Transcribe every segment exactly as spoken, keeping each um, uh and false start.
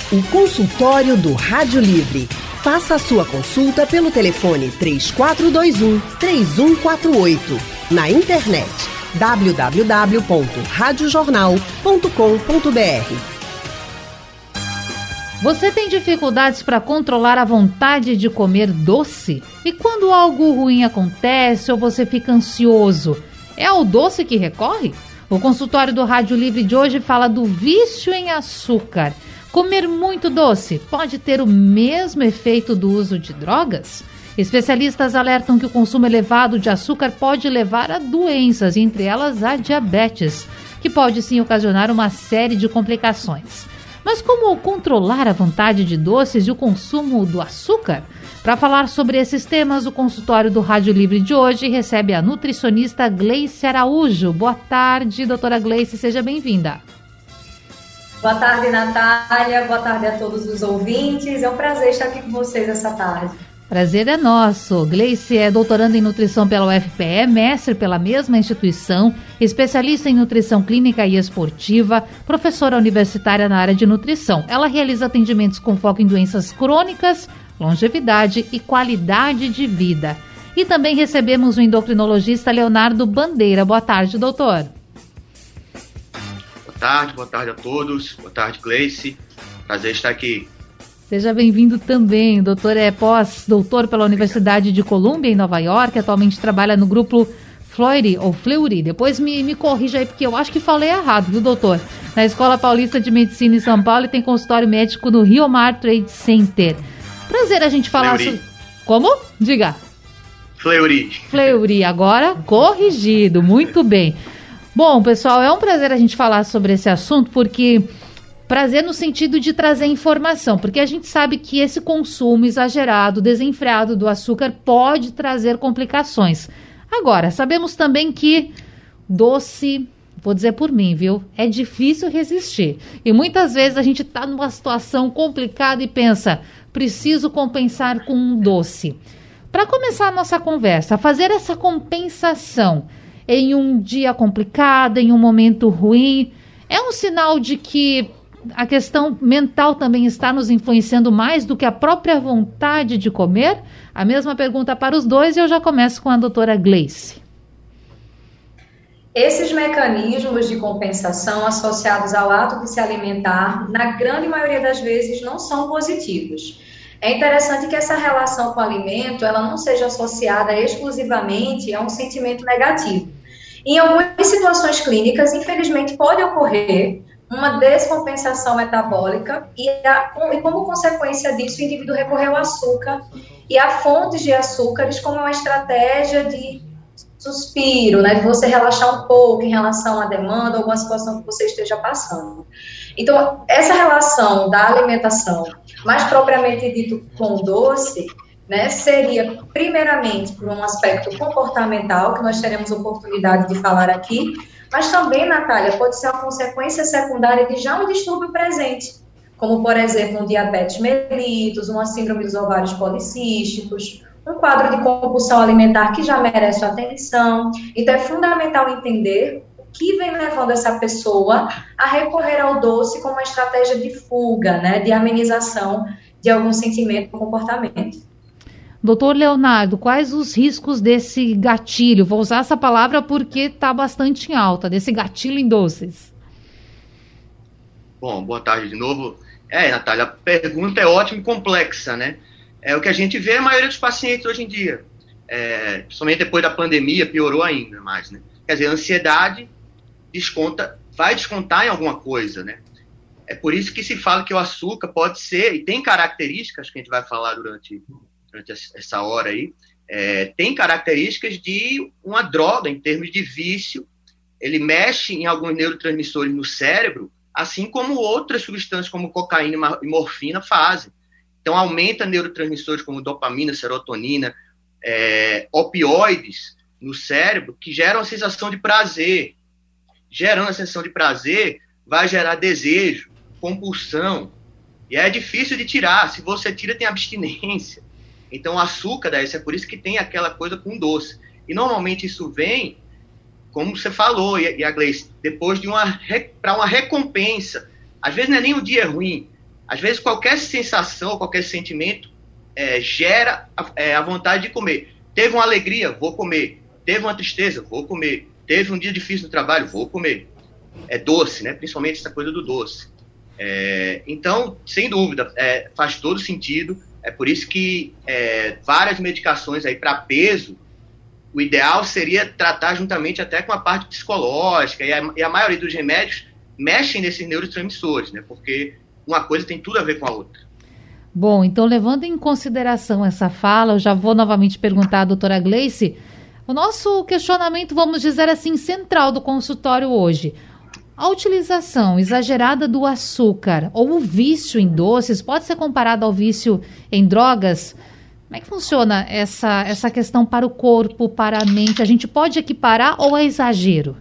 O consultório do Rádio Livre. Faça a sua consulta pelo telefone três quatro dois um, três um quatro oito. Na internet w w w ponto rádio jornal ponto com ponto b r. Você tem dificuldades para controlar a vontade de comer doce? E quando algo ruim acontece ou você fica ansioso, é ao doce que recorre? O consultório do Rádio Livre de hoje fala do vício em açúcar. Comer muito doce pode ter o mesmo efeito do uso de drogas? Especialistas alertam que o consumo elevado de açúcar pode levar a doenças, entre elas a diabetes, que pode sim ocasionar uma série de complicações. Mas como controlar a vontade de doces e o consumo do açúcar? Para falar sobre esses temas, o consultório do Rádio Livre de hoje recebe a nutricionista Gleice Araújo. Boa tarde, doutora Gleice, seja bem-vinda. Boa tarde, Natália. Boa tarde a todos os ouvintes. É um prazer estar aqui com vocês essa tarde. Prazer é nosso. Gleice é doutoranda em nutrição pela U F P E, mestre pela mesma instituição, especialista em nutrição clínica e esportiva, professora universitária na área de nutrição. Ela realiza atendimentos com foco em doenças crônicas, longevidade e qualidade de vida. E também recebemos o endocrinologista Leonardo Bandeira. Boa tarde, doutor. Boa tarde, boa tarde a todos. Boa tarde, Gleice. Prazer estar aqui. Seja bem-vindo também. O doutor é pós-doutor pela Universidade de Colômbia, em Nova York. Atualmente trabalha no grupo Fleury, ou Fleury. Depois me, me corrija aí, porque eu acho que falei errado, viu, doutor? Na Escola Paulista de Medicina em São Paulo e tem consultório médico no Rio Mar Trade Center. Prazer a gente falar sobre... Como? Diga. Fleury. Fleury, agora corrigido. Muito bem. Bom, pessoal, é um prazer a gente falar sobre esse assunto, porque... Prazer no sentido de trazer informação, porque a gente sabe que esse consumo exagerado, desenfreado do açúcar pode trazer complicações. Agora, sabemos também que doce, vou dizer por mim, viu? É difícil resistir. E muitas vezes a gente está numa situação complicada e pensa, preciso compensar com um doce. Para começar a nossa conversa, fazer essa compensação em um dia complicado, em um momento ruim, é um sinal de que a questão mental também está nos influenciando mais do que a própria vontade de comer? A mesma pergunta para os dois e eu já começo com a doutora Gleice. Esses mecanismos de compensação associados ao ato de se alimentar, na grande maioria das vezes, não são positivos. É interessante que essa relação com o alimento ela não seja associada exclusivamente a um sentimento negativo. Em algumas situações clínicas, infelizmente, pode ocorrer uma descompensação metabólica e, a, e como consequência disso, o indivíduo recorreu ao açúcar e a fontes de açúcares como uma estratégia de suspiro, né, de você relaxar um pouco em relação à demanda, alguma situação que você esteja passando. Então, essa relação da alimentação, mais propriamente dito com o doce, né, seria primeiramente por um aspecto comportamental, que nós teremos oportunidade de falar aqui, mas também, Natália, pode ser uma consequência secundária de já um distúrbio presente, como, por exemplo, um diabetes mellitus, uma síndrome dos ovários policísticos, um quadro de compulsão alimentar que já merece atenção. Então, é fundamental entender o que vem levando essa pessoa a recorrer ao doce como uma estratégia de fuga, né, de amenização de algum sentimento ou comportamento. Doutor Leonardo, quais os riscos desse gatilho? Vou usar essa palavra porque está bastante em alta, desse gatilho em doces. Bom, boa tarde de novo. É, Natália, a pergunta é ótima e complexa, né? É o que a gente vê a maioria dos pacientes hoje em dia. É, principalmente depois da pandemia, piorou ainda mais, né? Quer dizer, a ansiedade desconta, vai descontar em alguma coisa, né? É por isso que se fala que o açúcar pode ser, e tem características que a gente vai falar durante... durante essa hora aí, é, tem características de uma droga em termos de vício. Ele mexe em alguns neurotransmissores no cérebro, assim como outras substâncias como cocaína e morfina fazem. Então aumenta neurotransmissores como dopamina, serotonina, é, opioides no cérebro que geram a sensação de prazer. Gerando a sensação de prazer, vai gerar desejo, compulsão, e é difícil de tirar. Se você tira, tem abstinência. Então, o açúcar, daí, é por isso que tem aquela coisa com doce. E, normalmente, isso vem, como você falou, e a Gleice, depois de uma, para uma recompensa. Às vezes, não é nem um dia ruim, Às vezes, qualquer sensação, qualquer sentimento é, gera a, é, a vontade de comer. Teve uma alegria, vou comer. Teve uma tristeza, vou comer. Teve um dia difícil no trabalho, vou comer. É doce, né? Principalmente essa coisa do doce. É, então, sem dúvida, é, faz todo sentido. É por isso que é, várias medicações aí para peso, o ideal seria tratar juntamente até com a parte psicológica. E a, e a maioria dos remédios mexem nesses neurotransmissores, né? Porque uma coisa tem tudo a ver com a outra. Bom, então levando em consideração essa fala, eu já vou novamente perguntar à doutora Gleice, o nosso questionamento, vamos dizer assim, central do consultório hoje. A utilização exagerada do açúcar ou o vício em doces pode ser comparado ao vício em drogas? Como é que funciona essa, essa questão para o corpo, para a mente? A gente pode equiparar ou é exagero?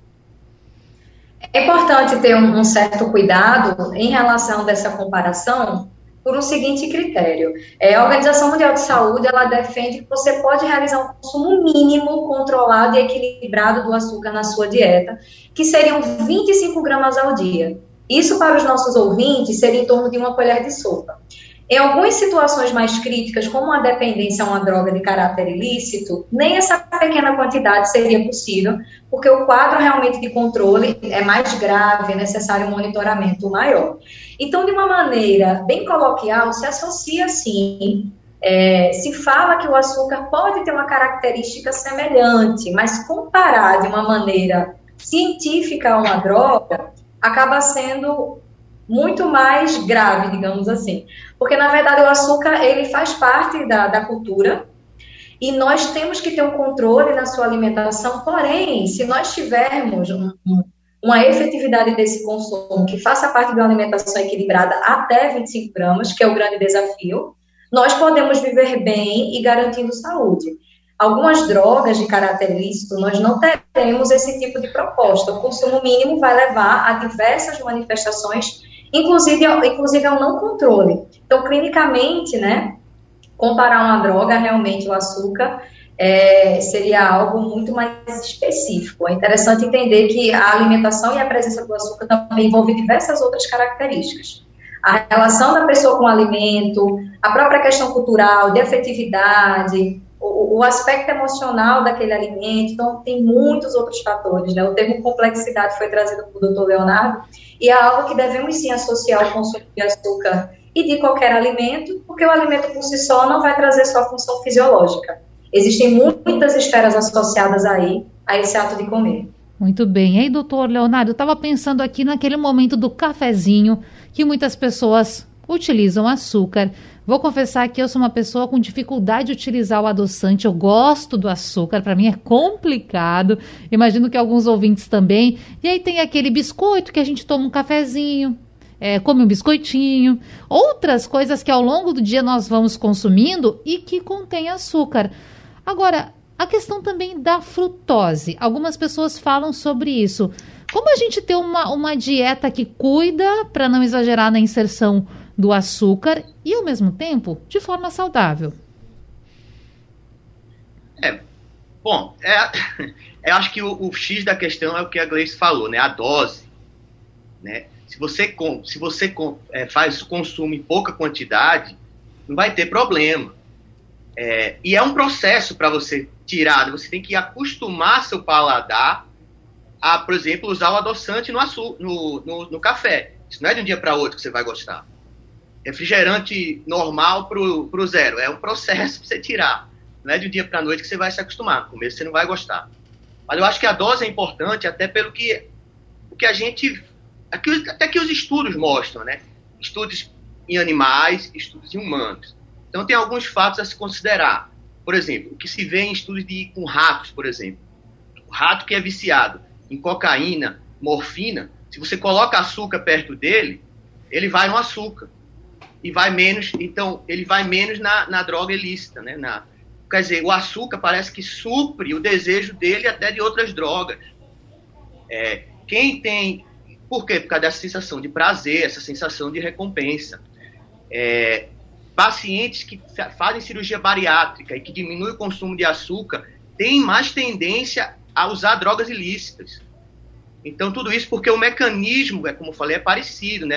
É importante ter um, um certo cuidado em relação dessa comparação por um seguinte critério. É, a Organização Mundial de Saúde, ela defende que você pode realizar um consumo mínimo, controlado e equilibrado do açúcar na sua dieta, que seriam vinte e cinco gramas ao dia. Isso, para os nossos ouvintes, seria em torno de uma colher de sopa. Em algumas situações mais críticas, como a dependência a uma droga de caráter ilícito, nem essa pequena quantidade seria possível, porque o quadro realmente de controle é mais grave, é necessário um monitoramento maior. Então, de uma maneira bem coloquial, se associa, sim, é, se fala que o açúcar pode ter uma característica semelhante, mas comparar de uma maneira científica a uma droga, acaba sendo muito mais grave, digamos assim. Porque, na verdade, o açúcar, ele faz parte da, da cultura e nós temos que ter um controle na sua alimentação. Porém, se nós tivermos um, um, uma efetividade desse consumo que faça parte de uma alimentação equilibrada até vinte e cinco gramas, que é o grande desafio, nós podemos viver bem e garantindo saúde. Algumas drogas de caráter ilícito, nós não teremos esse tipo de proposta. O consumo mínimo vai levar a diversas manifestações, inclusive, inclusive ao não controle. Então, clinicamente, né, comparar uma droga, realmente o açúcar, é, seria algo muito mais específico. É interessante entender que a alimentação e a presença do açúcar também envolve diversas outras características. A relação da pessoa com o alimento, a própria questão cultural, de afetividade, o, o aspecto emocional daquele alimento, então tem muitos outros fatores, né? O termo complexidade foi trazido pelo doutor Leonardo, e é algo que devemos sim associar ao consumo de açúcar e de qualquer alimento, porque o alimento por si só não vai trazer sua função fisiológica. Existem muitas esferas associadas aí a esse ato de comer. Muito bem. E aí, doutor Leonardo, eu estava pensando aqui naquele momento do cafezinho, que muitas pessoas utilizam açúcar. Vou confessar que eu sou uma pessoa com dificuldade de utilizar o adoçante. Eu gosto do açúcar, para mim é complicado. Imagino que alguns ouvintes também. E aí tem aquele biscoito que a gente toma um cafezinho, é, come um biscoitinho. Outras coisas que ao longo do dia nós vamos consumindo e que contém açúcar. Agora, a questão também da frutose. Algumas pessoas falam sobre isso. Como a gente ter uma, uma dieta que cuida para não exagerar na inserção do açúcar e, ao mesmo tempo, de forma saudável? É, bom, é, eu acho que o, o X da questão é o que a Gleice falou, né? A dose, né? Se você, com, se você com, é, faz consumo em pouca quantidade, não vai ter problema. É, e é um processo para você tirar, você tem que acostumar seu paladar a, por exemplo, usar o adoçante no, açu- no, no, no café. Isso não é de um dia para outro que você vai gostar. Refrigerante normal para o zero. É um processo para você tirar. Não é de um dia para a noite que você vai se acostumar. No começo você não vai gostar. Mas eu acho que a dose é importante até pelo que, o que a gente... Até que os estudos mostram, né? Estudos em animais, estudos em humanos. Então tem alguns fatos a se considerar. Por exemplo, o que se vê em estudos de, com ratos, por exemplo. O rato que é viciado em cocaína, morfina, se você coloca açúcar perto dele, ele vai no açúcar. E vai menos, então, ele vai menos na, na droga ilícita, né? Na, quer dizer, o açúcar parece que supre o desejo dele até de outras drogas. É, quem tem... Por quê? Por causa dessa sensação de prazer, essa sensação de recompensa. É, pacientes que fazem cirurgia bariátrica e que diminuem o consumo de açúcar têm mais tendência a usar drogas ilícitas. Então, tudo isso porque o mecanismo, é como eu falei, é parecido, né?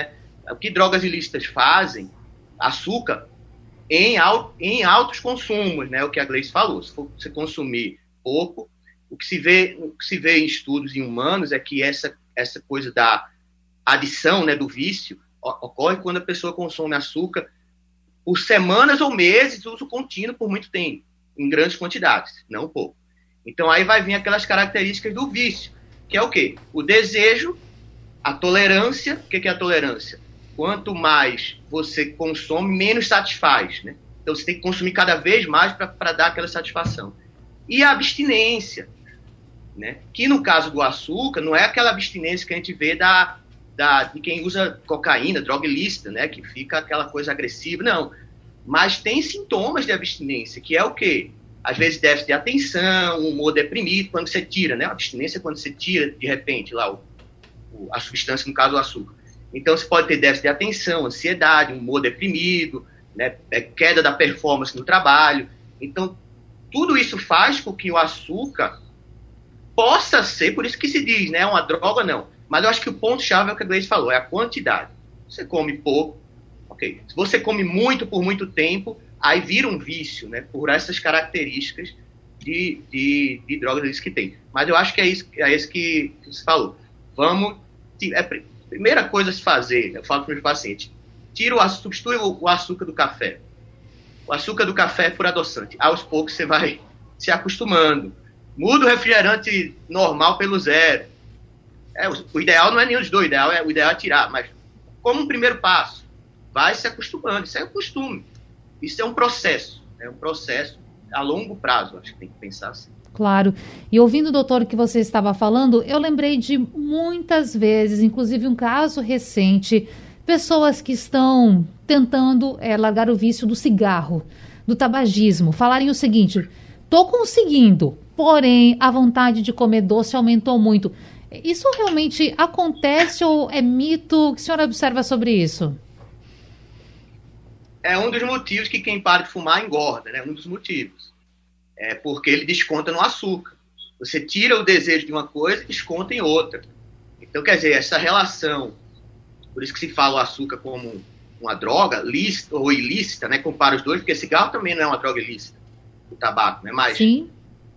O que drogas ilícitas fazem, açúcar, em, al, em altos consumos, né? O que a Gleice falou. Se for você consumir pouco, o que se vê, o que se vê em estudos em humanos é que essa, essa coisa da adição, né, do vício, ocorre quando a pessoa consome açúcar por semanas ou meses, uso contínuo por muito tempo, em grandes quantidades, não pouco. Então aí vai vir aquelas características do vício, que é o quê? O desejo, a tolerância. O que é a tolerância? Quanto mais você consome, menos satisfaz, né? Então você tem que consumir cada vez mais para dar aquela satisfação. E a abstinência, né? Que no caso do açúcar, não é aquela abstinência que a gente vê da, da, de quem usa cocaína, droga ilícita, né? Que fica aquela coisa agressiva, não. Mas tem sintomas de abstinência, que é o quê? Às vezes déficit de atenção, humor deprimido, quando você tira, né? A abstinência é quando você tira, de repente, lá o, o, a substância, no caso o açúcar. Então você pode ter déficit de atenção, ansiedade, humor deprimido, né? Queda da performance no trabalho. Então, tudo isso faz com que o açúcar possa ser, por isso que se diz, né? Uma droga, não. Mas eu acho que o ponto-chave é o que a Gleice falou, é a quantidade. Você come pouco, ok. Se você come muito por muito tempo, aí vira um vício, né? Por essas características de, de, de drogas que tem. Mas eu acho que é isso, é isso que você falou. Vamos... É a primeira coisa a se fazer, eu falo para os meus pacientes, tira o açúcar, substitui o açúcar do café. O açúcar do café é por adoçante. Aos poucos você vai se acostumando. Muda o refrigerante normal pelo zero. É, o, o ideal não é nenhum dos dois, o ideal é, o ideal é tirar. Mas como um primeiro passo, vai se acostumando. Isso é um costume. Isso é um processo. É um processo a longo prazo, acho que tem que pensar assim. Claro. E ouvindo, doutor, o que você estava falando, eu lembrei de muitas vezes, inclusive um caso recente, pessoas que estão tentando é, largar o vício do cigarro, do tabagismo, falarem o seguinte: estou conseguindo, porém a vontade de comer doce aumentou muito. Isso realmente acontece ou é mito? O que a senhora observa sobre isso? É um dos motivos que quem para de fumar engorda, né? Um dos motivos. É porque ele desconta no açúcar. Você tira o desejo de uma coisa e desconta em outra. Então, quer dizer, essa relação, por isso que se fala o açúcar como uma droga lícita ou ilícita, né? Compara os dois, porque cigarro também não é uma droga ilícita, o tabaco, né? Mas sim,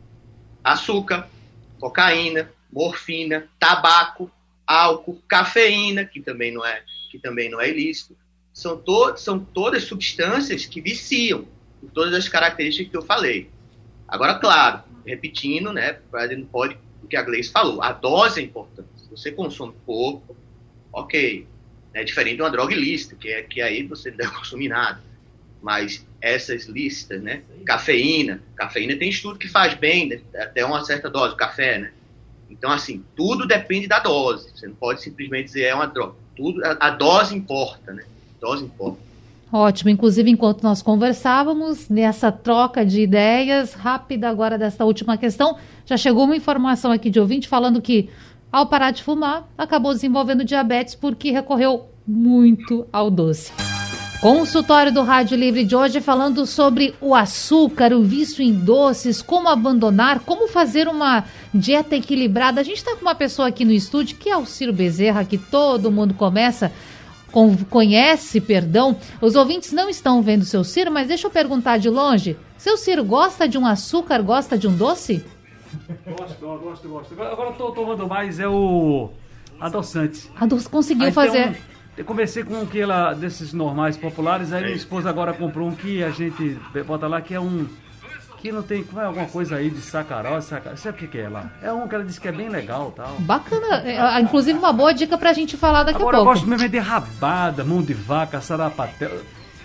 açúcar, cocaína, morfina, tabaco, álcool, cafeína, que também não é, que também não é ilícito, são, to- são todas substâncias que viciam, por todas as características que eu falei. Agora, claro, repetindo, né? Não pode, o que a Gleice falou, a dose é importante. Se você consome pouco, ok. É diferente de uma droga ilícita, que, é, que aí você não deve consumir nada. Mas essas lícitas, né? Cafeína. Cafeína tem estudo que faz bem, né? Até uma certa dose, café, né? Então, assim, tudo depende da dose. Você não pode simplesmente dizer é uma droga. Tudo, a, a dose importa, né? A dose importa. Ótimo. Inclusive, enquanto nós conversávamos, nessa troca de ideias rápida agora desta última questão, já chegou uma informação aqui de ouvinte falando que, ao parar de fumar, acabou desenvolvendo diabetes porque recorreu muito ao doce. Consultório do Rádio Livre de hoje falando sobre o açúcar, o vício em doces, como abandonar, como fazer uma dieta equilibrada. A gente está com uma pessoa aqui no estúdio, que é o Ciro Bezerra, que todo mundo começa, com, conhece, perdão. Os ouvintes não estão vendo o seu Ciro, mas deixa eu perguntar de longe. Seu Ciro, gosta de um açúcar, gosta de um doce? Gosto, gosto, gosto. Agora eu estou tomando mais, é o adoçante. Adoce, conseguiu Aí fazer... Um... Eu comecei com um que ela, desses normais populares, aí minha esposa agora comprou um que a gente bota lá, que é um, que não tem, como é alguma coisa aí de sacarose, sacarose, sabe o que que é lá? É um que ela disse que é bem legal e tal. Bacana, é, inclusive uma boa dica pra gente falar daqui agora a pouco. Agora eu gosto mesmo de rabada, mão de vaca, sarapatel.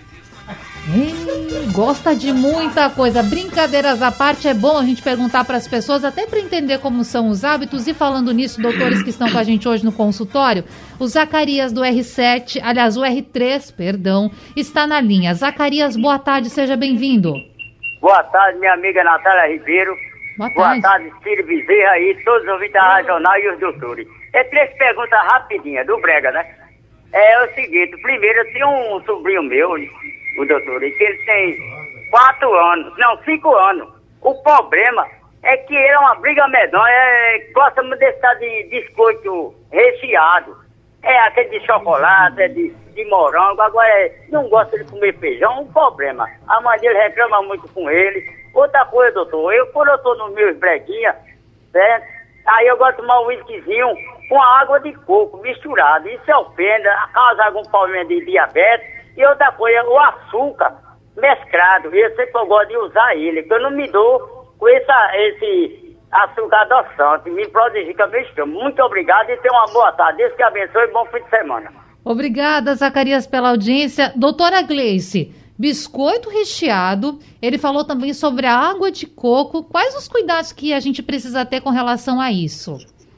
Ei, gosta de muita coisa. Brincadeiras à parte, é bom a gente perguntar para as pessoas, até para entender como são os hábitos. E falando nisso, doutores que estão com a gente hoje no consultório, o Zacarias do R sete, aliás, o R três, perdão, está na linha. Zacarias, boa tarde, seja bem-vindo. Boa tarde, minha amiga Natália Ribeiro. Boa boa tarde. tarde, Ciro Bezerra aí, todos os ouvintes da Regional e os doutores. É três perguntas rapidinhas, do Brega, né? É o seguinte, primeiro, eu tinha um sobrinho meu, o doutor, e que ele tem quatro anos, não, cinco anos. O problema é que ele é uma briga medonha, é, gosta muito desse tal de biscoito recheado. É aquele de chocolate, é de, de morango, agora é, não gosta de comer feijão, um problema. A mãe dele reclama muito com ele. Outra coisa, doutor, eu quando eu tô nos meus breguinhas, certo? Aí eu gosto de tomar um whiskyzinho com a água de coco misturado. Isso é ofenda, causa algum problema de diabetes. E outra coisa, o açúcar mesclado. Eu sei que eu gosto de usar ele, que eu não me dou com essa, esse açúcar adoçante. Me prejudica meu estômago. Muito obrigado e tenha uma boa tarde. Deus que abençoe e bom fim de semana. Obrigada, Zacarias, pela audiência. Doutora Gleice, biscoito recheado, ele falou também sobre a água de coco. Quais os cuidados que a gente precisa ter com relação a isso?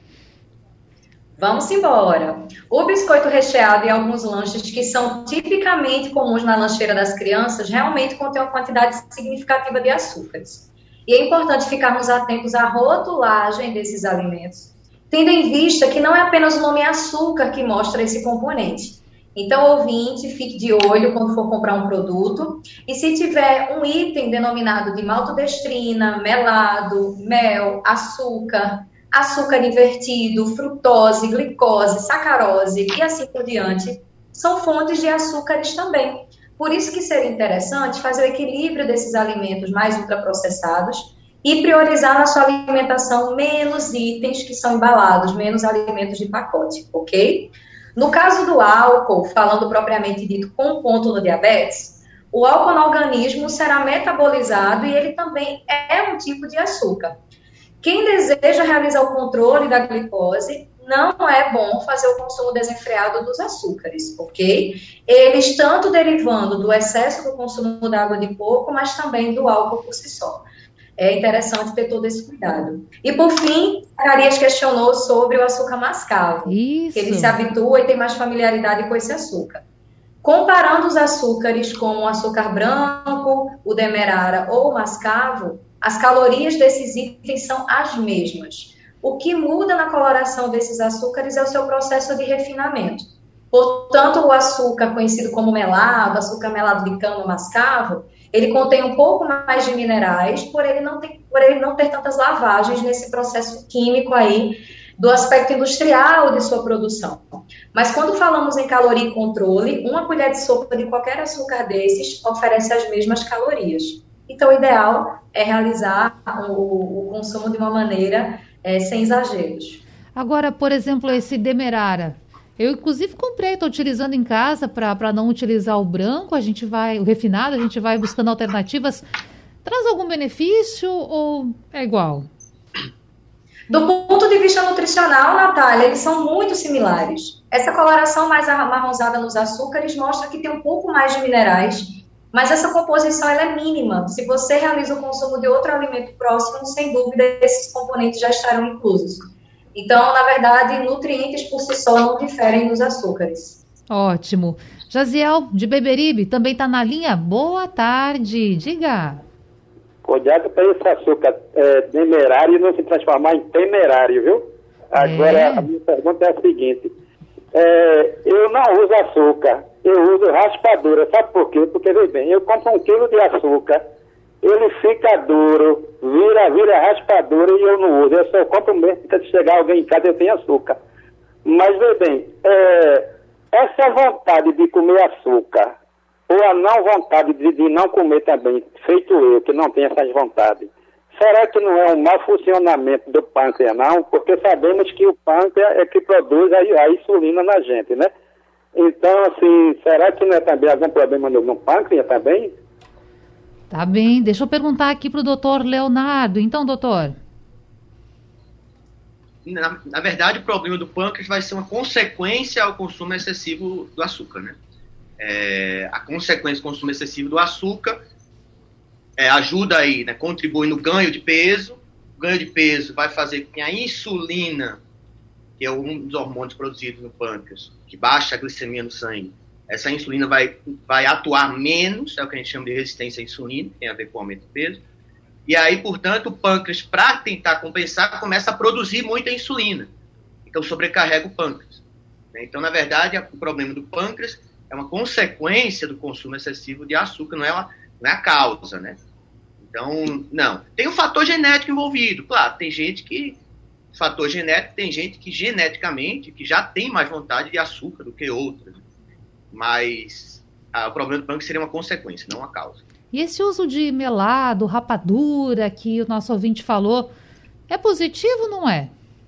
Vamos embora. O biscoito recheado e alguns lanches que são tipicamente comuns na lancheira das crianças realmente contêm uma quantidade significativa de açúcares. E é importante ficarmos atentos à rotulagem desses alimentos, tendo em vista que não é apenas o nome açúcar que mostra esse componente. Então, ouvinte, fique de olho quando for comprar um produto. E se tiver um item denominado de maltodestrina, melado, mel, açúcar, açúcar invertido, frutose, glicose, sacarose e assim por diante, são fontes de açúcares também. Por isso que seria interessante fazer o equilíbrio desses alimentos mais ultraprocessados e priorizar na sua alimentação menos itens que são embalados, menos alimentos de pacote, ok? No caso do álcool, falando propriamente dito com ponto no diabetes, o álcool no organismo será metabolizado e ele também é um tipo de açúcar. Quem deseja realizar o controle da glicose, não é bom fazer o consumo desenfreado dos açúcares, ok? Eles tanto derivando do excesso do consumo da água de coco, mas também do álcool por si só. É interessante ter todo esse cuidado. E, por fim, a Zacarias questionou sobre o açúcar mascavo. Isso. Que ele se habitua e tem mais familiaridade com esse açúcar. Comparando os açúcares como o açúcar branco, o demerara ou o mascavo, as calorias desses itens são as mesmas. O que muda na coloração desses açúcares é o seu processo de refinamento. Portanto, o açúcar conhecido como melado, açúcar melado de cana mascavo, ele contém um pouco mais de minerais, por ele não ter, por ele não ter tantas lavagens nesse processo químico aí do aspecto industrial de sua produção. Mas quando falamos em caloria e controle, uma colher de sopa de qualquer açúcar desses oferece as mesmas calorias. Então, o ideal é realizar o, o consumo de uma maneira é, sem exageros. Agora, por exemplo, esse demerara. Eu, inclusive, comprei, estou utilizando em casa para não utilizar o branco, a gente vai, o refinado, a gente vai buscando alternativas. Traz algum benefício ou é igual? Do ponto de vista nutricional, Natália, eles são muito similares. Essa coloração mais amarronzada nos açúcares mostra que tem um pouco mais de minerais, mas essa composição ela é mínima. Se você realiza o consumo de outro alimento próximo, sem dúvida, esses componentes já estarão inclusos. Então, na verdade, nutrientes por si só não diferem dos açúcares. Ótimo. Jaziel, de Beberibe, também está na linha? Boa tarde, diga. Cuidado para esse açúcar é, demerário não se transformar em temerário, viu? Agora, é. A minha pergunta é a seguinte. É, eu não uso açúcar, eu uso raspadura. Sabe por quê? Porque, veja bem, eu compro um quilo de açúcar, ele fica duro, vira, vira raspadura e eu não uso. Eu só compro mesmo, se chegar alguém em casa eu tenho açúcar. Mas, veja bem, é, essa vontade de comer açúcar, ou a não vontade de, de não comer também, feito eu, que não tenho essas vontades, será que não é um mau funcionamento do pâncreas, não? Porque sabemos que o pâncreas é que produz a, a insulina na gente, né? Então, assim, será que não é também algum problema no, no pâncreas também? Tá bem, deixa eu perguntar aqui para o doutor Leonardo. Então, doutor? Na, na verdade, o problema do pâncreas vai ser uma consequência ao consumo excessivo do açúcar, né? É, a consequência do consumo excessivo do açúcar é, ajuda aí, né, contribui no ganho de peso. O ganho de peso vai fazer com que a insulina, que é um dos hormônios produzidos no pâncreas, que baixa a glicemia no sangue, essa insulina vai, vai atuar menos, é o que a gente chama de resistência à insulina, que tem a ver com o aumento do peso. E aí, portanto, o pâncreas, para tentar compensar, começa a produzir muita insulina. Então, sobrecarrega o pâncreas. Então, na verdade, o problema do pâncreas é uma consequência do consumo excessivo de açúcar, não é, uma, não é a causa, né? Então, não. Tem o fator genético envolvido. Claro, tem gente que... Fator genético, tem gente que geneticamente, que já tem mais vontade de açúcar do que outras. mas ah, o problema do pâncreas seria uma consequência, não uma causa. E esse uso de melado, rapadura, que o nosso ouvinte falou, é positivo ou não é?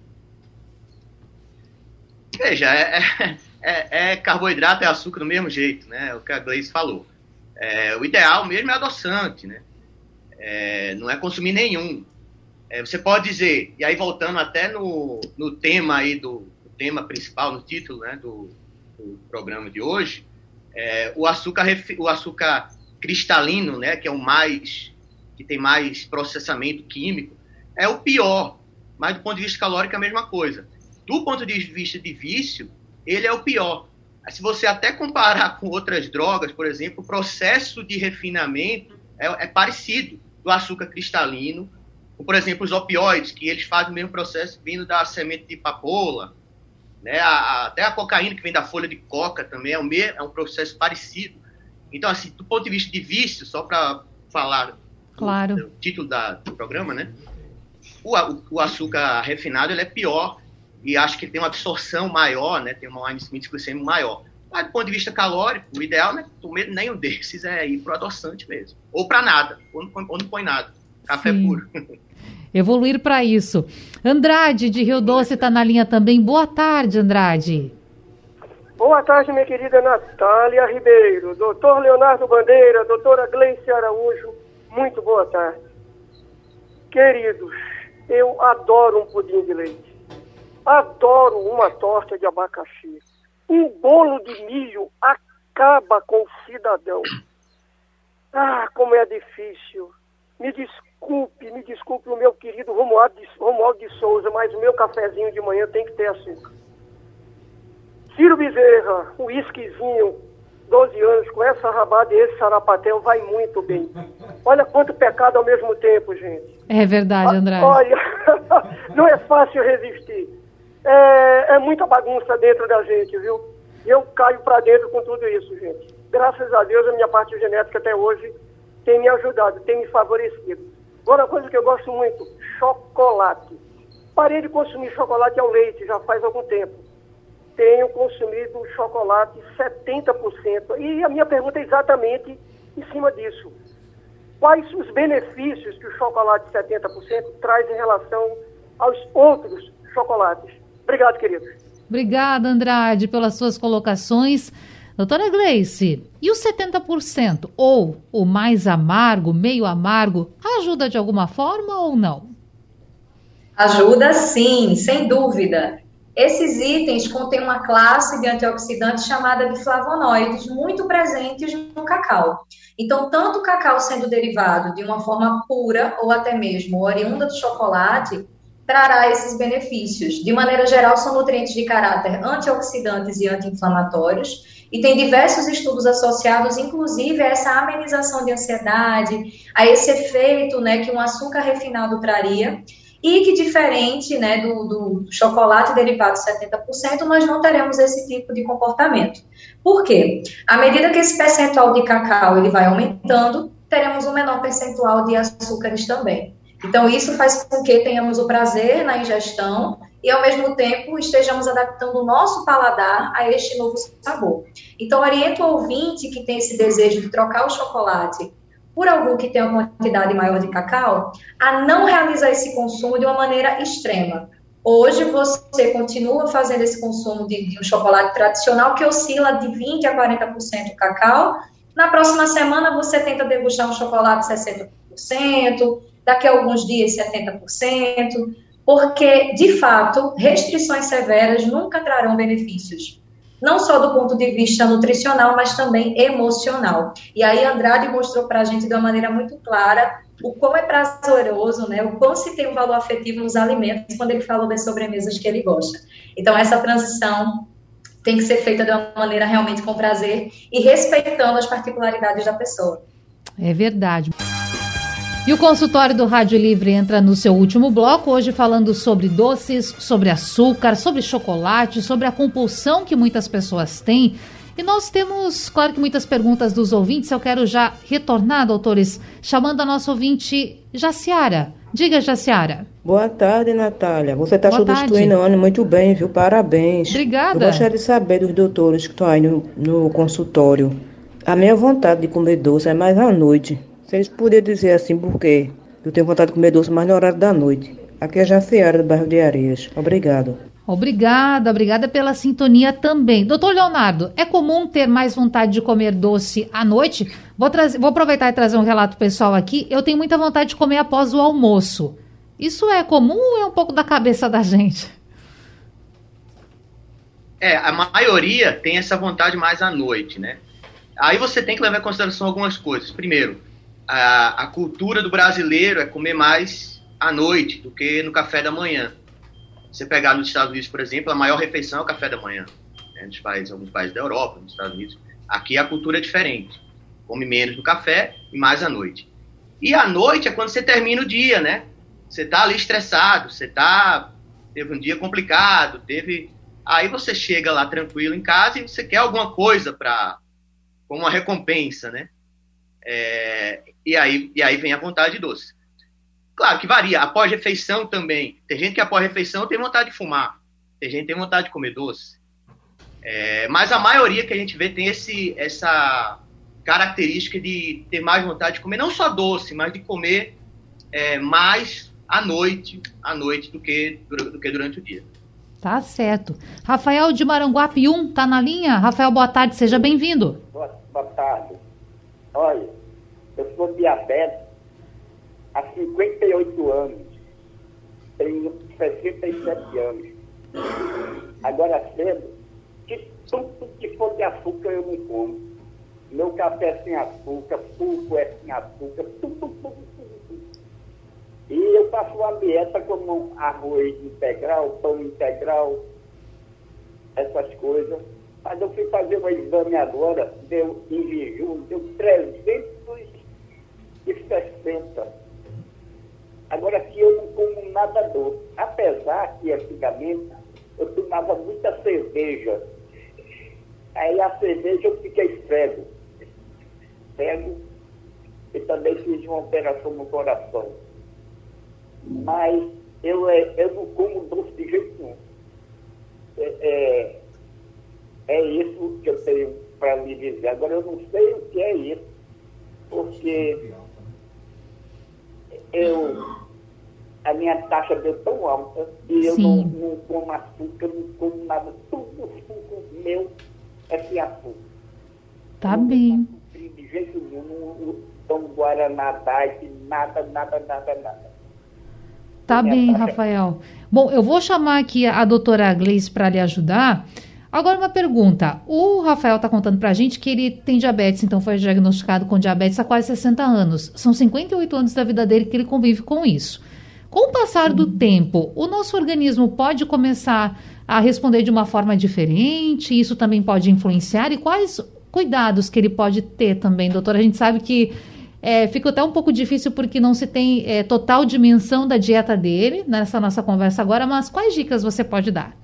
Veja, é, é, é carboidrato e açúcar do mesmo jeito, né? É o que a Gleice falou. É, o ideal mesmo é adoçante, né? É, não é consumir nenhum. É, você pode dizer, e aí voltando até no, no tema aí do, do tema principal, no título, né, do, do programa de hoje, é, o açúcar o açúcar cristalino, né, que é o mais que tem mais processamento químico, é o pior, mas do ponto de vista calórico é a mesma coisa. Do ponto de vista de vício, ele é o pior. Se você até comparar com outras drogas, por exemplo, o processo de refinamento é, é parecido do açúcar cristalino, ou, por exemplo, os opioides, que eles fazem o mesmo processo vindo da semente de papoula, né? a, a, até a cocaína que vem da folha de coca também é, o mesmo, é um processo parecido. Então, assim, do ponto de vista de vício, só para falar claro. do, do título da, do programa, né? O, o, o açúcar refinado ele é pior e acho que ele tem uma absorção maior, né? Tem um índice glicêmico maior. Mas do ponto de vista calórico, o ideal não é comer nenhum desses, é ir pro adoçante mesmo. Ou para nada, ou não, põe, ou não põe nada. Café Sim. puro. Evoluir para isso. Andrade, de Rio Doce, está na linha também. Boa tarde, Andrade. Boa tarde, minha querida Natália Ribeiro, doutor Leonardo Bandeira, doutora Gleice Araújo, muito boa tarde. Queridos, eu adoro um pudim de leite, adoro uma torta de abacaxi, um bolo de milho acaba com o cidadão. Ah, como é difícil. Me desculpe, me desculpe o meu querido Romualdo de, Romualdo de Souza, mas o meu cafezinho de manhã tem que ter açúcar. Ciro Bezerra, um whiskyzinho, doze anos, com essa rabada e esse sarapatel, vai muito bem. Olha quanto pecado ao mesmo tempo, gente. É verdade, Andrade. Olha, não é fácil resistir. É, é muita bagunça dentro da gente, viu? E eu caio pra dentro com tudo isso, gente. Graças a Deus, a minha parte genética até hoje tem me ajudado, tem me favorecido. Agora, uma coisa que eu gosto muito, chocolate. Parei de consumir chocolate ao leite já faz algum tempo. Tenho consumido chocolate setenta por cento. E a minha pergunta é exatamente em cima disso. Quais os benefícios que o chocolate setenta por cento traz em relação aos outros chocolates? Obrigado, queridos. Obrigada, Andrade, pelas suas colocações. Doutora Gleice, e o setenta por cento, ou o mais amargo, meio amargo, ajuda de alguma forma ou não? Ajuda sim, sem dúvida. Esses itens contêm uma classe de antioxidantes chamada de flavonoides, muito presentes no cacau. Então, tanto o cacau sendo derivado de uma forma pura ou até mesmo oriunda do chocolate, trará esses benefícios. De maneira geral, são nutrientes de caráter antioxidantes e anti-inflamatórios, e tem diversos estudos associados, inclusive, a essa amenização de ansiedade, a esse efeito, né, que um açúcar refinado traria, e que, diferente, né, do, do chocolate derivado setenta por cento, nós não teremos esse tipo de comportamento. Por quê? À medida que esse percentual de cacau ele vai aumentando, teremos um menor percentual de açúcares também. Então, isso faz com que tenhamos o prazer na ingestão e, ao mesmo tempo, estejamos adaptando o nosso paladar a este novo sabor. Então, oriento o ouvinte que tem esse desejo de trocar o chocolate por algo que tenha uma quantidade maior de cacau, a não realizar esse consumo de uma maneira extrema. Hoje, você continua fazendo esse consumo de, de um chocolate tradicional que oscila de vinte a quarenta por cento cacau. Na próxima semana, você tenta degustar um chocolate sessenta por cento, daqui a alguns dias setenta por cento, porque, de fato, restrições severas nunca trarão benefícios. Não só do ponto de vista nutricional, mas também emocional. E aí Andrade mostrou para a gente de uma maneira muito clara o quão é prazeroso, né, o quão se tem um valor afetivo nos alimentos, quando ele falou das sobremesas que ele gosta. Então, essa transição tem que ser feita de uma maneira realmente com prazer e respeitando as particularidades da pessoa. É verdade. E o consultório do Rádio Livre entra no seu último bloco, hoje falando sobre doces, sobre açúcar, sobre chocolate, sobre a compulsão que muitas pessoas têm. E nós temos, claro que muitas perguntas dos ouvintes, eu quero já retornar, doutores, chamando a nossa ouvinte Jaciara, Diga, Jaciara. Boa tarde, Natália. Você está Boa substituindo a Ana muito bem, viu? Parabéns. Obrigada. Eu gostaria de saber dos doutores que estão aí no, no consultório. A minha vontade de comer doce é mais à noite. Se eles puderem dizer assim, por quê? Eu tenho vontade de comer doce mais no horário da noite. Aqui é Jaciara, do bairro de Areias. Obrigado. Obrigada, obrigada pela sintonia também. Doutor Leonardo, é comum ter mais vontade de comer doce à noite? Vou, trazer, vou aproveitar e trazer um relato pessoal aqui. Eu tenho muita vontade de comer após o almoço. Isso é comum ou é um pouco da cabeça da gente? É, a maioria tem essa vontade mais à noite, né? Aí você tem que levar em consideração algumas coisas. Primeiro, a, a cultura do brasileiro é comer mais à noite do que no café da manhã. Você pegar nos Estados Unidos, por exemplo, a maior refeição é o café da manhã. Né? Nos países, alguns países da Europa, nos Estados Unidos. Aqui a cultura é diferente. Come menos no café e mais à noite. E à noite é quando você termina o dia, né? Você está ali estressado, você tá, teve um dia complicado, teve... Aí você chega lá tranquilo em casa e você quer alguma coisa para... como uma recompensa, né? É, e, aí, e aí vem a vontade de doce. Claro que varia. Após refeição também. Tem gente que após refeição tem vontade de fumar. Tem gente que tem vontade de comer doce. É, mas a maioria que a gente vê tem esse, essa característica de ter mais vontade de comer, não só doce, mas de comer é, mais à noite, à noite do que, do que durante o dia. Tá certo. Rafael de Maranguape um, tá na linha? Rafael, boa tarde, seja bem-vindo. Boa, boa tarde. Olha, eu sou diabético há cinquenta e oito anos. Tenho sessenta e sete anos. Agora cedo, que tudo que for de açúcar eu não como. Meu café é sem açúcar, suco é sem açúcar, tudo, tudo, tudo, tudo. E eu faço uma dieta como arroz integral, pão integral, essas coisas. Mas eu fui fazer um exame agora, deu em jejum, deu trezentos e sessenta. Agora que eu não como nada doce. Apesar que antigamente eu tomava muita cerveja. Aí a cerveja eu fiquei cego. Cego. E também fiz uma operação no coração. Mas eu, eu não como doce de jeito nenhum. É, é, é isso que eu tenho para lhe dizer. Agora eu não sei o que é isso. Porque eu, a minha taxa deu tão alta e eu não, não como açúcar, não como nada. Tudo suco meu é sem açúcar. Tá não bem. De jeito nenhum, não, não tomo Guaraná, Diet, nada, nada, nada, nada. Tá bem, Rafael. Bom, eu vou chamar aqui a doutora Gleice para lhe ajudar. Agora uma pergunta. O Rafael está contando para a gente que ele tem diabetes, então foi diagnosticado com diabetes há quase sessenta anos. São cinquenta e oito anos da vida dele que ele convive com isso. Com o passar do tempo, o nosso organismo pode começar a responder de uma forma diferente? Isso também pode influenciar? E quais cuidados que ele pode ter também, doutora? A gente sabe que É, fica até um pouco difícil porque não se tem é, total dimensão da dieta dele nessa nossa conversa agora, mas quais dicas você pode dar?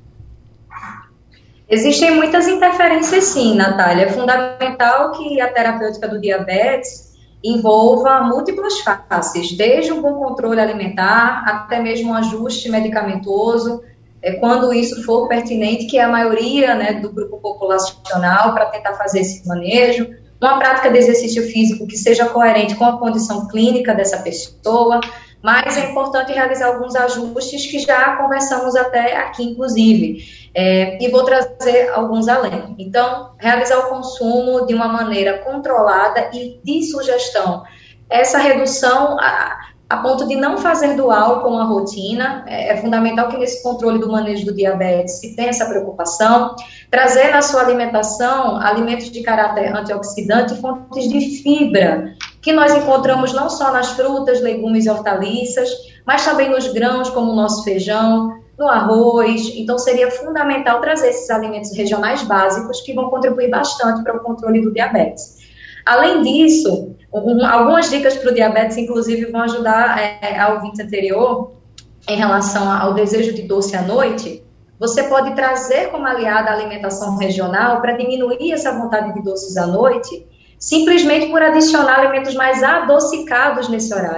Existem muitas interferências sim, Natália. É fundamental que a terapêutica do diabetes envolva múltiplas faces, desde um bom controle alimentar até mesmo um ajuste medicamentoso, é, quando isso for pertinente, que é a maioria, né, do grupo populacional, para tentar fazer esse manejo. Uma prática de exercício físico que seja coerente com a condição clínica dessa pessoa, mas é importante realizar alguns ajustes que já conversamos até aqui, inclusive, é, e vou trazer alguns além. Então, realizar o consumo de uma maneira controlada e de sugestão. Essa redução a, a ponto de não fazer do álcool uma rotina, é, é fundamental que nesse controle do manejo do diabetes se tenha essa preocupação. Trazer na sua alimentação alimentos de caráter antioxidante e fontes de fibra, que nós encontramos não só nas frutas, legumes e hortaliças, mas também nos grãos, como o nosso feijão, no arroz. Então, seria fundamental trazer esses alimentos regionais básicos que vão contribuir bastante para o controle do diabetes. Além disso, um, algumas dicas para o diabetes, inclusive, vão ajudar é, ao ouvinte anterior em relação ao desejo de doce à noite. Você pode trazer como aliada a alimentação regional para diminuir essa vontade de doces à noite, simplesmente por adicionar alimentos mais adocicados nesse horário.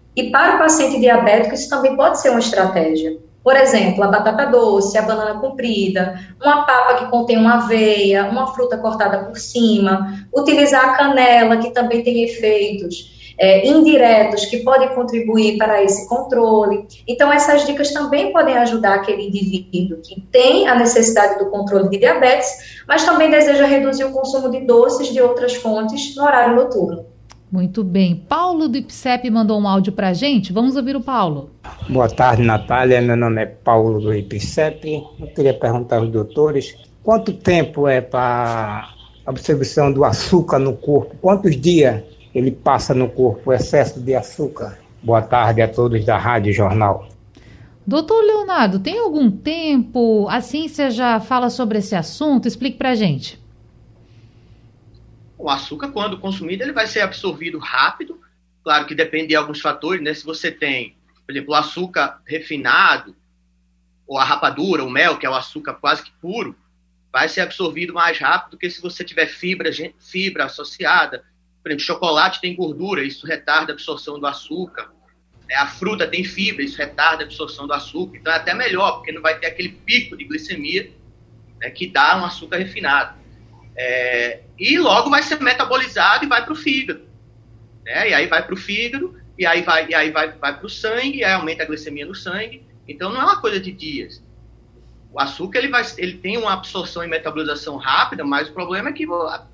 E para o paciente diabético, isso também pode ser uma estratégia. Por exemplo, a batata doce, a banana comprida, uma papa que contém uma aveia, uma fruta cortada por cima, utilizar a canela, que também tem efeitos é, indiretos que podem contribuir para esse controle. Então, essas dicas também podem ajudar aquele indivíduo que tem a necessidade do controle de diabetes, mas também deseja reduzir o consumo de doces de outras fontes no horário noturno. Muito bem. Paulo do I P S E P mandou um áudio para a gente. Vamos ouvir o Paulo. Boa tarde, Natália. Meu nome é Paulo do I P S E P. Eu queria perguntar aos doutores quanto tempo é para a absorção do açúcar no corpo? Quantos dias ele passa no corpo, o excesso de açúcar? Boa tarde a todos da Rádio Jornal. Doutor Leonardo, tem algum tempo? A ciência já fala sobre esse assunto? Explique para a gente. O açúcar, quando consumido, ele vai ser absorvido rápido. Claro que depende de alguns fatores, né? Se você tem, por exemplo, o açúcar refinado, ou a rapadura, o mel, que é o açúcar quase que puro, vai ser absorvido mais rápido do que se você tiver fibra, fibra associada. Por exemplo, chocolate tem gordura, isso retarda a absorção do açúcar. A fruta tem fibra, isso retarda a absorção do açúcar. Então é até melhor, porque não vai ter aquele pico de glicemia, né, que dá um açúcar refinado. É, e logo vai ser metabolizado e vai para o fígado, né? E aí vai para o fígado, e aí vai, e aí vai, vai para o sangue, e aí aumenta a glicemia no sangue. Então não é uma coisa de dias. O açúcar ele vai, ele tem uma absorção e metabolização rápida, mas o problema é que,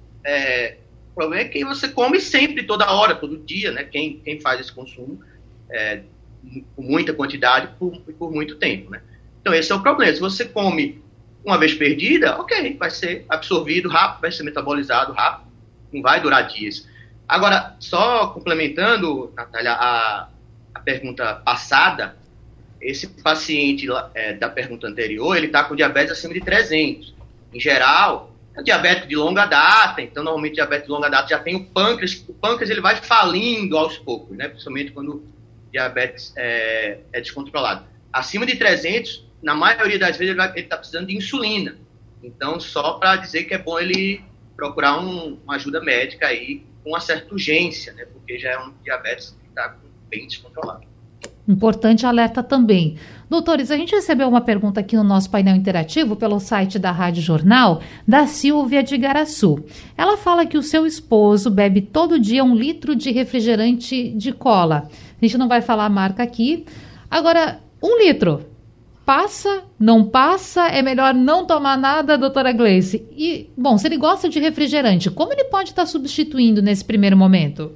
é, o problema é que você come sempre, toda hora, todo dia, né? Quem, quem faz esse consumo é, com muita quantidade por, por muito tempo, né? Então esse é o problema. Se você come uma vez perdida, ok, vai ser absorvido rápido, vai ser metabolizado rápido, não vai durar dias. Agora, só complementando, Natália, a, a pergunta passada, esse paciente é, da pergunta anterior, ele está com diabetes acima de trezentos. Em geral, é diabetes de longa data, então normalmente diabetes de longa data já tem o pâncreas, o pâncreas ele vai falindo aos poucos, né? Principalmente quando o diabetes é, é descontrolado. Acima de trezentos, na maioria das vezes ele está precisando de insulina. Então, só para dizer que é bom ele procurar um, uma ajuda médica aí com uma certa urgência, né? Porque já é um diabetes que está bem descontrolado. Importante alerta também. Doutores, a gente recebeu uma pergunta aqui no nosso painel interativo pelo site da Rádio Jornal, da Silvia de Igaraçu. Ela fala que o seu esposo bebe todo dia um litro de refrigerante de cola. A gente não vai falar a marca aqui. Agora, um litro. Passa, não passa, é melhor não tomar nada, doutora Gleice? E, bom, se ele gosta de refrigerante, como ele pode estar substituindo nesse primeiro momento?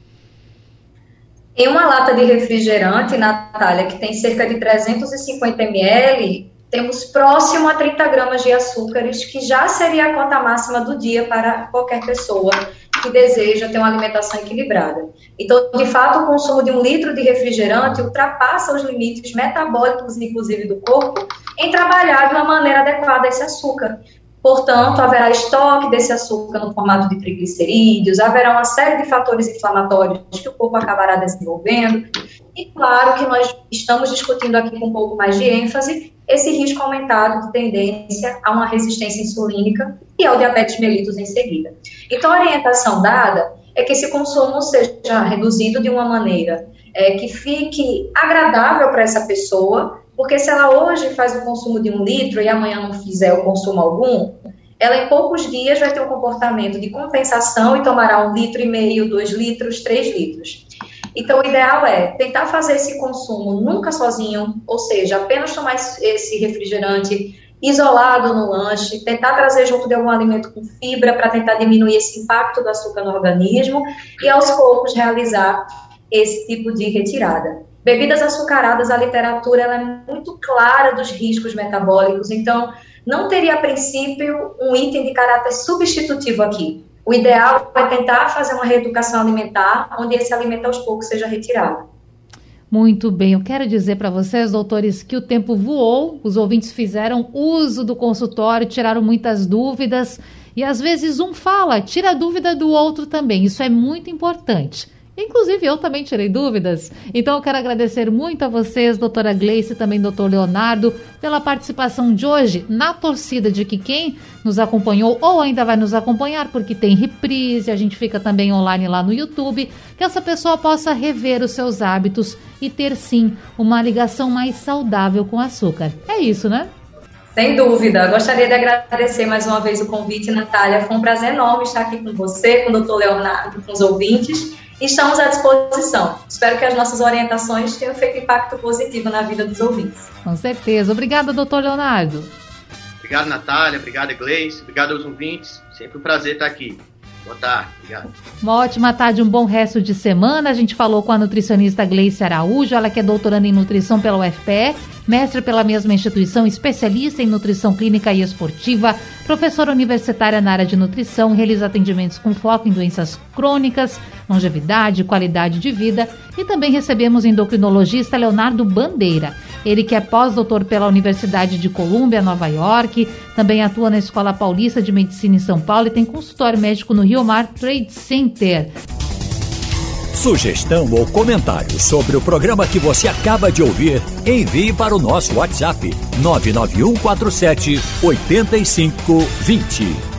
Em uma lata de refrigerante, Natália, que tem cerca de trezentos e cinquenta mililitros, temos próximo a trinta gramas de açúcares, que já seria a cota máxima do dia para qualquer pessoa que deseja ter uma alimentação equilibrada. Então, de fato, o consumo de um litro de refrigerante ultrapassa os limites metabólicos, inclusive do corpo, em trabalhar de uma maneira adequada esse açúcar. Portanto, haverá estoque desse açúcar no formato de triglicerídeos, haverá uma série de fatores inflamatórios que o corpo acabará desenvolvendo. E claro que nós estamos discutindo aqui com um pouco mais de ênfase esse risco aumentado de tendência a uma resistência insulínica e ao diabetes mellitus em seguida. Então, a orientação dada é que esse consumo seja reduzido de uma maneira é, que fique agradável para essa pessoa, porque se ela hoje faz o consumo de um litro e amanhã não fizer o consumo algum, ela em poucos dias vai ter um comportamento de compensação e tomará um litro e meio, dois litros, três litros. Então, o ideal é tentar fazer esse consumo nunca sozinho, ou seja, apenas tomar esse refrigerante isolado no lanche, tentar trazer junto de algum alimento com fibra para tentar diminuir esse impacto do açúcar no organismo e, aos poucos, realizar esse tipo de retirada. Bebidas açucaradas, a literatura ela é muito clara dos riscos metabólicos, então não teria, a princípio, um item de caráter substitutivo aqui. O ideal é tentar fazer uma reeducação alimentar, onde esse alimento aos poucos seja retirado. Muito bem, eu quero dizer para vocês, doutores, que o tempo voou, os ouvintes fizeram uso do consultório, tiraram muitas dúvidas, e às vezes um fala, tira a dúvida do outro também, isso é muito importante. Inclusive, eu também tirei dúvidas. Então, eu quero agradecer muito a vocês, doutora Gleice e também doutor Leonardo, pela participação de hoje, na torcida de que quem nos acompanhou ou ainda vai nos acompanhar, porque tem reprise, a gente fica também online lá no YouTube, que essa pessoa possa rever os seus hábitos e ter, sim, uma ligação mais saudável com o açúcar. É isso, né? Sem dúvida. Gostaria de agradecer mais uma vez o convite, Natália. Foi um prazer enorme estar aqui com você, com o doutor Leonardo, com os ouvintes. E estamos à disposição. Espero que as nossas orientações tenham feito impacto positivo na vida dos ouvintes. Com certeza. Obrigada, doutor Leonardo. Obrigado, Natália. Obrigado, Gleice. Obrigado aos ouvintes. Sempre um prazer estar aqui. Boa tarde. Obrigado. Uma ótima tarde, um bom resto de semana. A gente falou com a nutricionista Gleice Araújo, ela que é doutoranda em nutrição pela U F P E, mestre pela mesma instituição, especialista em nutrição clínica e esportiva, professora universitária na área de nutrição, realiza atendimentos com foco em doenças crônicas, longevidade, qualidade de vida, e também recebemos o endocrinologista Leonardo Bandeira. Ele que é pós-doutor pela Universidade de Colômbia, Nova York, também atua na Escola Paulista de Medicina em São Paulo e tem consultório médico no Rio Mar Trade Center. Sugestão ou comentário sobre o programa que você acaba de ouvir, envie para o nosso WhatsApp nove nove um quatro sete oito cinco dois zero.